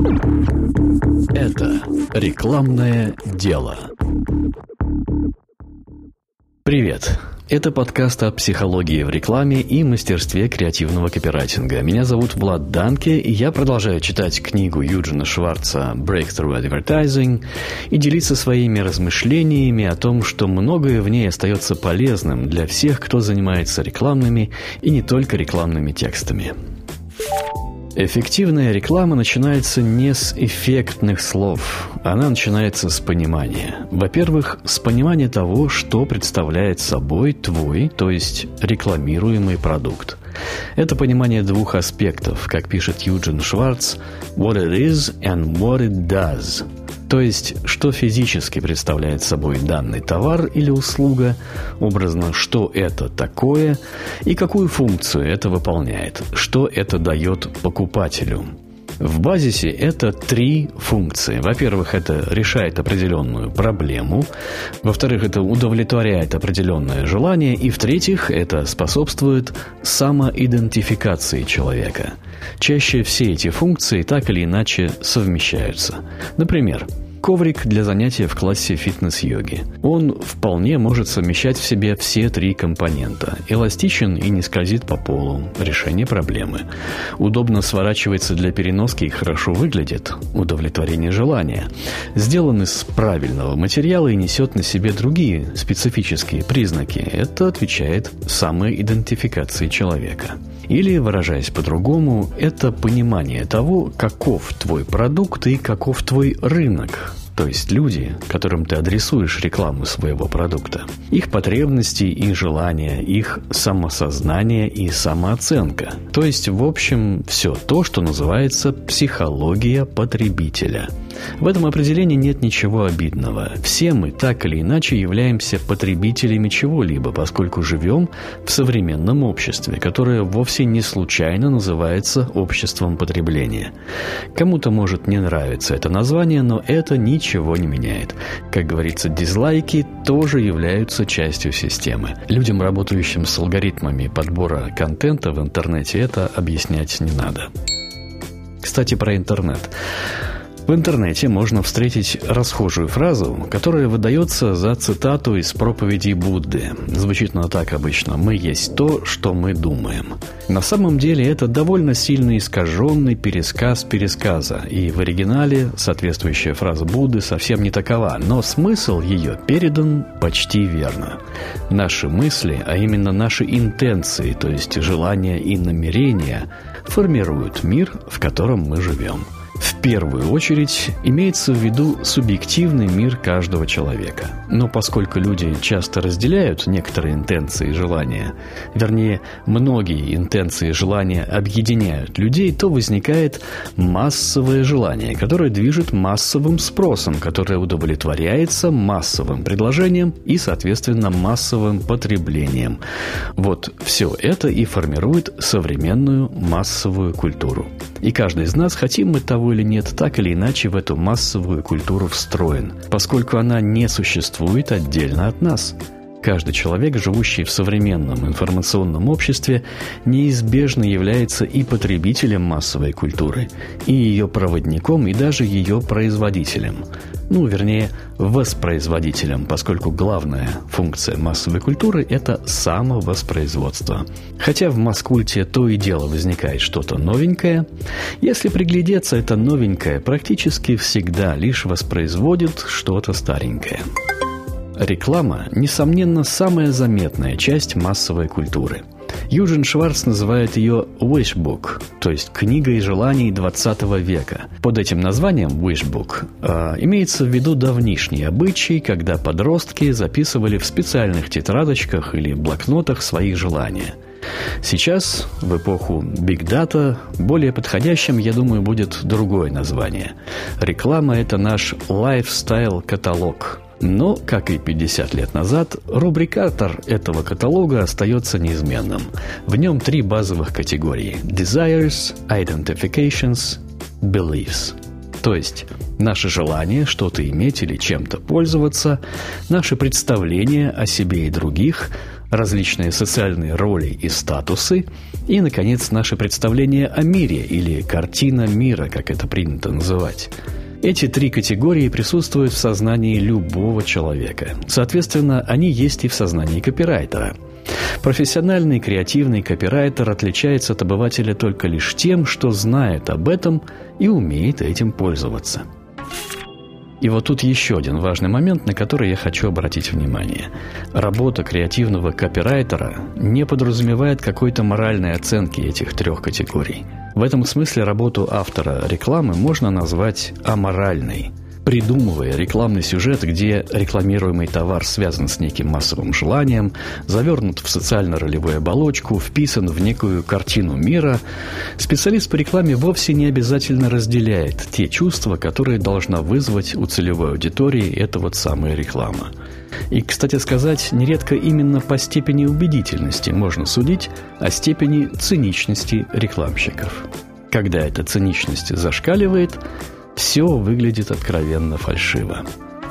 Это рекламное дело. Привет! Это подкаст о психологии в рекламе и мастерстве креативного копирайтинга. Меня зовут Влад Данке, и я продолжаю читать книгу Юджина Шварца «Breakthrough Advertising» и делиться своими размышлениями о том, что многое в ней остается полезным для всех, кто занимается рекламными и не только рекламными текстами. Эффективная реклама начинается не с эффектных слов, она начинается с понимания. Во-первых, с понимания того, что представляет собой твой, то есть рекламируемый продукт. Это понимание двух аспектов, как пишет Юджин Шварц, what it is and what it does. То есть, что физически представляет собой данный товар или услуга, образно, что это такое и какую функцию это выполняет, что это дает покупателю. В базисе это три функции. Во-первых, это решает определенную проблему. Во-вторых, это удовлетворяет определенное желание. И в-третьих, это способствует самоидентификации человека. Чаще все эти функции так или иначе совмещаются. Например, коврик для занятия в классе фитнес-йоги. Он вполне может совмещать в себе все три компонента. Эластичен и не скользит по полу. Решение проблемы. Удобно сворачивается для переноски и хорошо выглядит. Удовлетворение желания. Сделан из правильного материала и несет на себе другие специфические признаки. Это отвечает самоидентификации человека. Или, выражаясь по-другому, это понимание того, каков твой продукт и каков твой рынок. То есть люди, которым ты адресуешь рекламу своего продукта. Их потребности и желания, их самосознание и самооценка. То есть, в общем, все то, что называется психология потребителя. В этом определении нет ничего обидного. Все мы так или иначе являемся потребителями чего-либо, поскольку живем в современном обществе, которое вовсе не случайно называется обществом потребления. Кому-то может не нравиться это название, но это ничего не меняет. Как говорится, дизлайки тоже являются частью системы. Людям, работающим с алгоритмами подбора контента в интернете, это объяснять не надо. Кстати, про интернет. В интернете можно встретить расхожую фразу, которая выдается за цитату из проповеди Будды. Звучит она так обычно: «Мы есть то, что мы думаем». На самом деле это довольно сильно искаженный пересказ пересказа, и в оригинале соответствующая фраза Будды совсем не такова, но смысл ее передан почти верно. Наши мысли, а именно наши интенции, то есть желания и намерения, формируют мир, в котором мы живем. В первую очередь имеется в виду субъективный мир каждого человека. Но поскольку люди часто разделяют некоторые интенции и желания, вернее, многие интенции и желания объединяют людей, то возникает массовое желание, которое движет массовым спросом, которое удовлетворяется массовым предложением и, соответственно, массовым потреблением. Вот все это и формирует современную массовую культуру. И каждый из нас, хотим мы того или нет, так или иначе в эту массовую культуру встроен, поскольку она не существует отдельно от нас. Каждый человек, живущий в современном информационном обществе, неизбежно является и потребителем массовой культуры, и ее проводником, и даже ее производителем. Вернее, воспроизводителем, поскольку главная функция массовой культуры – это самовоспроизводство. Хотя в масс-культе то и дело возникает что-то новенькое, если приглядеться, это новенькое практически всегда лишь воспроизводит что-то старенькое. Реклама, несомненно, самая заметная часть массовой культуры. Юджин Шварц называет ее «wishbook», то есть «книгой желаний 20 века». Под этим названием «wishbook» имеется в виду давнишний обычай, когда подростки записывали в специальных тетрадочках или блокнотах свои желания. Сейчас, в эпоху Big Data, более подходящим, я думаю, будет другое название. Реклама – это наш lifestyle-каталог. Но, как и 50 лет назад, рубрикатор этого каталога остается неизменным. В нем три базовых категории – desires, identifications, beliefs. То есть, наше желание что-то иметь или чем-то пользоваться, наше представление о себе и других, различные социальные роли и статусы, и, наконец, наше представление о мире или картина мира, как это принято называть. Эти три категории присутствуют в сознании любого человека. Соответственно, они есть и в сознании копирайтера. Профессиональный креативный копирайтер отличается от обывателя только лишь тем, что знает об этом и умеет этим пользоваться. И вот тут еще один важный момент, на который я хочу обратить внимание. Работа креативного копирайтера не подразумевает какой-то моральной оценки этих трех категорий. В этом смысле работу автора рекламы можно назвать аморальной. Придумывая рекламный сюжет, где рекламируемый товар связан с неким массовым желанием, завернут в социально-ролевую оболочку, вписан в некую картину мира, специалист по рекламе вовсе не обязательно разделяет те чувства, которые должна вызвать у целевой аудитории эта вот самая реклама. И, кстати сказать, нередко именно по степени убедительности можно судить о степени циничности рекламщиков. Когда эта циничность зашкаливает, все выглядит откровенно фальшиво.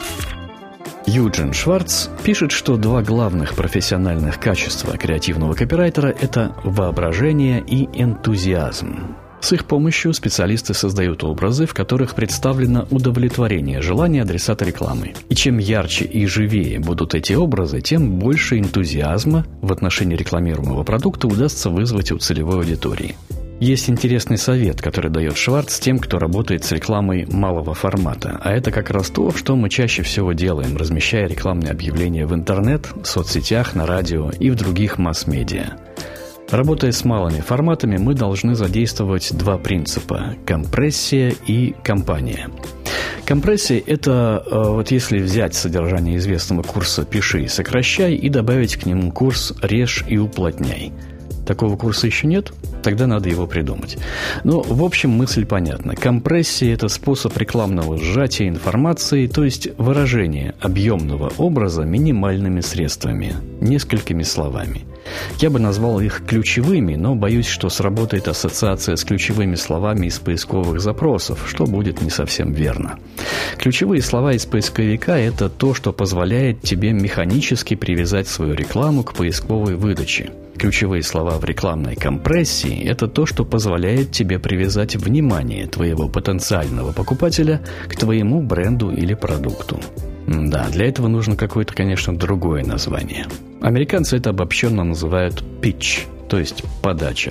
Юджин Шварц пишет, что два главных профессиональных качества креативного копирайтера – это воображение и энтузиазм. С их помощью специалисты создают образы, в которых представлено удовлетворение желания адресата рекламы. И чем ярче и живее будут эти образы, тем больше энтузиазма в отношении рекламируемого продукта удастся вызвать у целевой аудитории. Есть интересный совет, который дает Шварц тем, кто работает с рекламой малого формата. А это как раз то, что мы чаще всего делаем, размещая рекламные объявления в интернет, в соцсетях, на радио и в других масс-медиа. Работая с малыми форматами, мы должны задействовать два принципа – компрессия и компания. Компрессия – это вот если взять содержание известного курса «Пиши и сокращай» и добавить к нему курс «Режь и уплотняй». Такого курса еще нет? Тогда надо его придумать. Но, в общем, мысль понятна. Компрессия – это способ рекламного сжатия информации, то есть выражения объемного образа минимальными средствами, несколькими словами. Я бы назвал их ключевыми, но боюсь, что сработает ассоциация с ключевыми словами из поисковых запросов, что будет не совсем верно. Ключевые слова из поисковика – это то, что позволяет тебе механически привязать свою рекламу к поисковой выдаче. Ключевые слова в рекламной компрессии – это то, что позволяет тебе привязать внимание твоего потенциального покупателя к твоему бренду или продукту. Да, для этого нужно какое-то, конечно, другое название. Американцы это обобщенно называют pitch, то есть подача.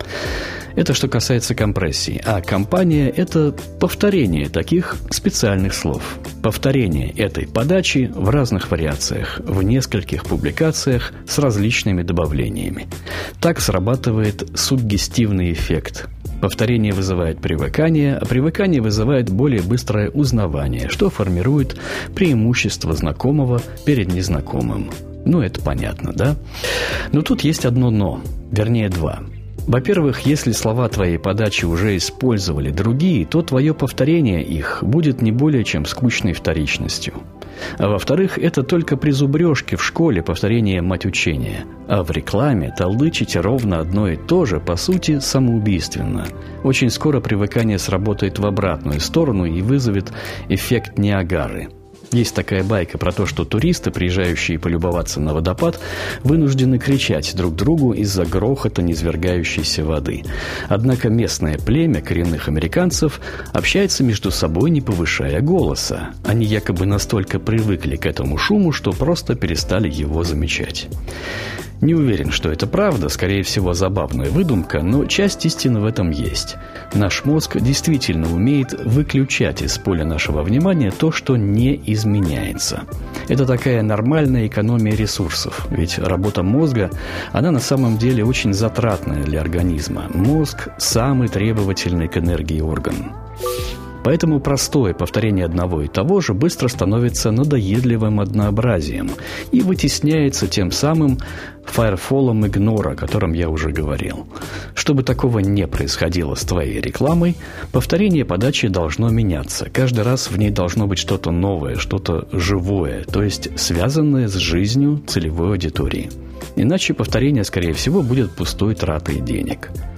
Это что касается компрессии. А компания – это повторение таких специальных слов. Повторение этой подачи в разных вариациях, в нескольких публикациях с различными добавлениями. Так срабатывает суггестивный эффект. Повторение вызывает привыкание, а привыкание вызывает более быстрое узнавание, что формирует преимущество знакомого перед незнакомым. Ну, это понятно, да? Но тут есть одно «но», вернее, два. Во-первых, если слова твоей подачи уже использовали другие, то твое повторение их будет не более чем скучной вторичностью. А во-вторых, это только при зубрежке в школе повторение мать учения. А в рекламе толдычить ровно одно и то же, по сути, самоубийственно. Очень скоро привыкание сработает в обратную сторону и вызовет эффект Ниагары. Есть такая байка про то, что туристы, приезжающие полюбоваться на водопад, вынуждены кричать друг другу из-за грохота низвергающейся воды. Однако местное племя коренных американцев общается между собой, не повышая голоса. Они якобы настолько привыкли к этому шуму, что просто перестали его замечать. Не уверен, что это правда, скорее всего, забавная выдумка, но часть истины в этом есть. Наш мозг действительно умеет выключать из поля нашего внимания то, что не изменяется. Это такая нормальная экономия ресурсов, ведь работа мозга, она на самом деле очень затратная для организма. Мозг – самый требовательный к энергии орган. Поэтому простое повторение одного и того же быстро становится надоедливым однообразием и вытесняется тем самым фаерфолом игнора, о котором я уже говорил. Чтобы такого не происходило с твоей рекламой, повторение подачи должно меняться. Каждый раз в ней должно быть что-то новое, что-то живое, то есть связанное с жизнью целевой аудитории. Иначе повторение, скорее всего, будет пустой тратой денег.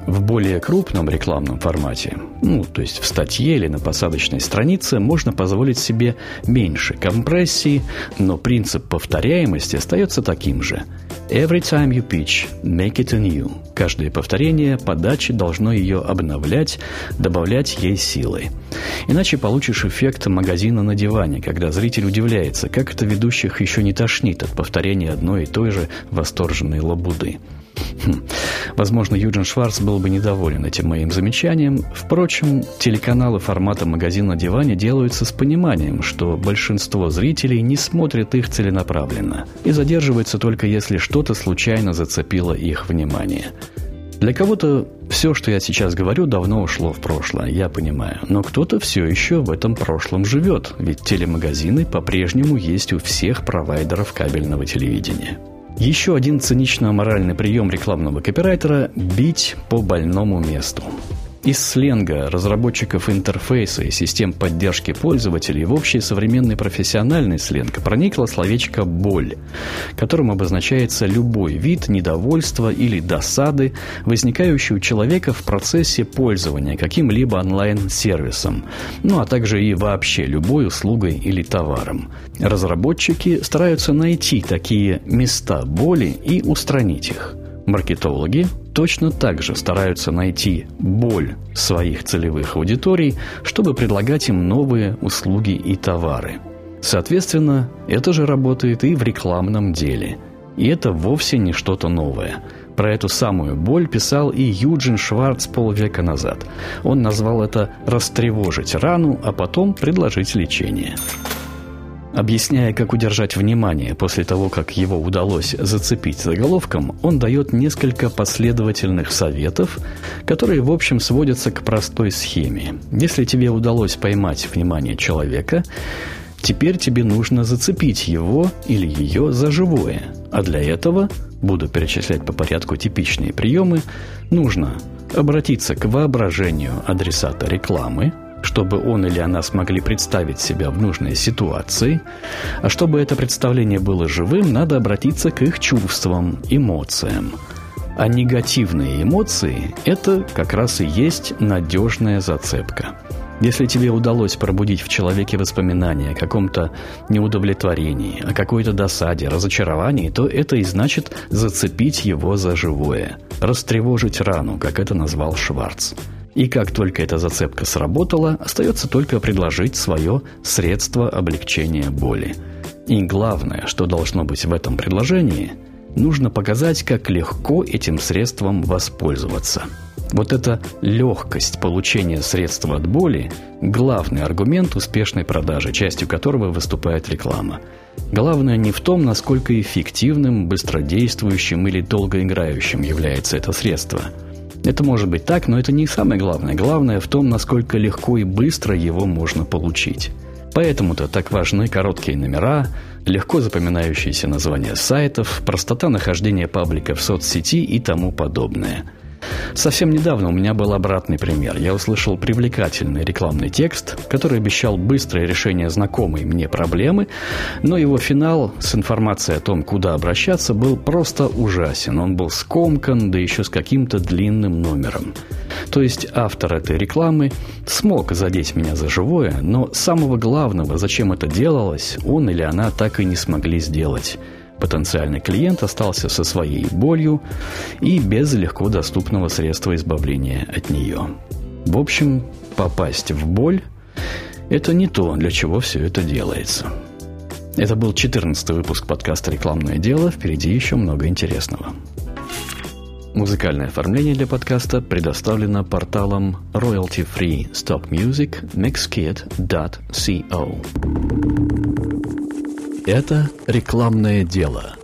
В более крупном рекламном формате, то есть в статье или на посадочной странице, можно позволить себе меньше компрессии, но принцип повторяемости остается таким же. Every time you pitch, make it anew. Каждое повторение подачи должно ее обновлять, добавлять ей силы. Иначе получишь эффект магазина на диване, когда зритель удивляется, как это ведущих еще не тошнит от повторения одной и той же восторженной лабуды. Возможно, Юджин Шварц был бы недоволен этим моим замечанием. Впрочем, телеканалы формата «Магазин на диване» делаются с пониманием, что большинство зрителей не смотрят их целенаправленно и задерживаются только если что-то случайно зацепило их внимание. Для кого-то все, что я сейчас говорю, давно ушло в прошлое, я понимаю. Но кто-то все еще в этом прошлом живет, ведь телемагазины по-прежнему есть у всех провайдеров кабельного телевидения. Еще один цинично-аморальный прием рекламного копирайтера – бить по больному месту. Из сленга разработчиков интерфейса и систем поддержки пользователей в общий современный профессиональный сленг проникло словечко «боль», которым обозначается любой вид недовольства или досады, возникающий у человека в процессе пользования каким-либо онлайн-сервисом, а также и вообще любой услугой или товаром. Разработчики стараются найти такие места боли и устранить их. Маркетологи точно так же стараются найти боль своих целевых аудиторий, чтобы предлагать им новые услуги и товары. Соответственно, это же работает и в рекламном деле. И это вовсе не что-то новое. Про эту самую боль писал и Юджин Шварц полвека назад. Он назвал это «растревожить рану, а потом предложить лечение». Объясняя, как удержать внимание после того, как его удалось зацепить заголовком, он дает несколько последовательных советов, которые, в общем, сводятся к простой схеме. Если тебе удалось поймать внимание человека, теперь тебе нужно зацепить его или ее за живое. А для этого, буду перечислять по порядку типичные приемы, нужно обратиться к воображению адресата рекламы, чтобы он или она смогли представить себя в нужной ситуации. А чтобы это представление было живым, надо обратиться к их чувствам, эмоциям. А негативные эмоции – это как раз и есть надежная зацепка. Если тебе удалось пробудить в человеке воспоминания о каком-то неудовлетворении, о какой-то досаде, разочаровании, то это и значит зацепить его за живое, растревожить рану, как это назвал Шварц. И как только эта зацепка сработала, остается только предложить свое средство облегчения боли. И главное, что должно быть в этом предложении, нужно показать, как легко этим средством воспользоваться. Вот эта легкость получения средства от боли – главный аргумент успешной продажи, частью которого выступает реклама. Главное не в том, насколько эффективным, быстродействующим или долгоиграющим является это средство. Это может быть так, но это не самое главное. Главное в том, насколько легко и быстро его можно получить. Поэтому-то так важны короткие номера, легко запоминающиеся названия сайтов, простота нахождения паблика в соцсети и тому подобное. Совсем недавно у меня был обратный пример. Я услышал привлекательный рекламный текст, который обещал быстрое решение знакомой мне проблемы, но его финал с информацией о том, куда обращаться, был просто ужасен. Он был скомкан, да еще с каким-то длинным номером. То есть автор этой рекламы смог задеть меня за живое, но самого главного, зачем это делалось, он или она так и не смогли сделать. Потенциальный клиент остался со своей болью и без легко доступного средства избавления от нее. В общем, попасть в боль – это не то, для чего все это делается. Это был 14-й выпуск подкаста «Рекламное дело». Впереди еще много интересного. Музыкальное оформление для подкаста предоставлено порталом royalty-free stock music mixkit.co. Это «Рекламное дело».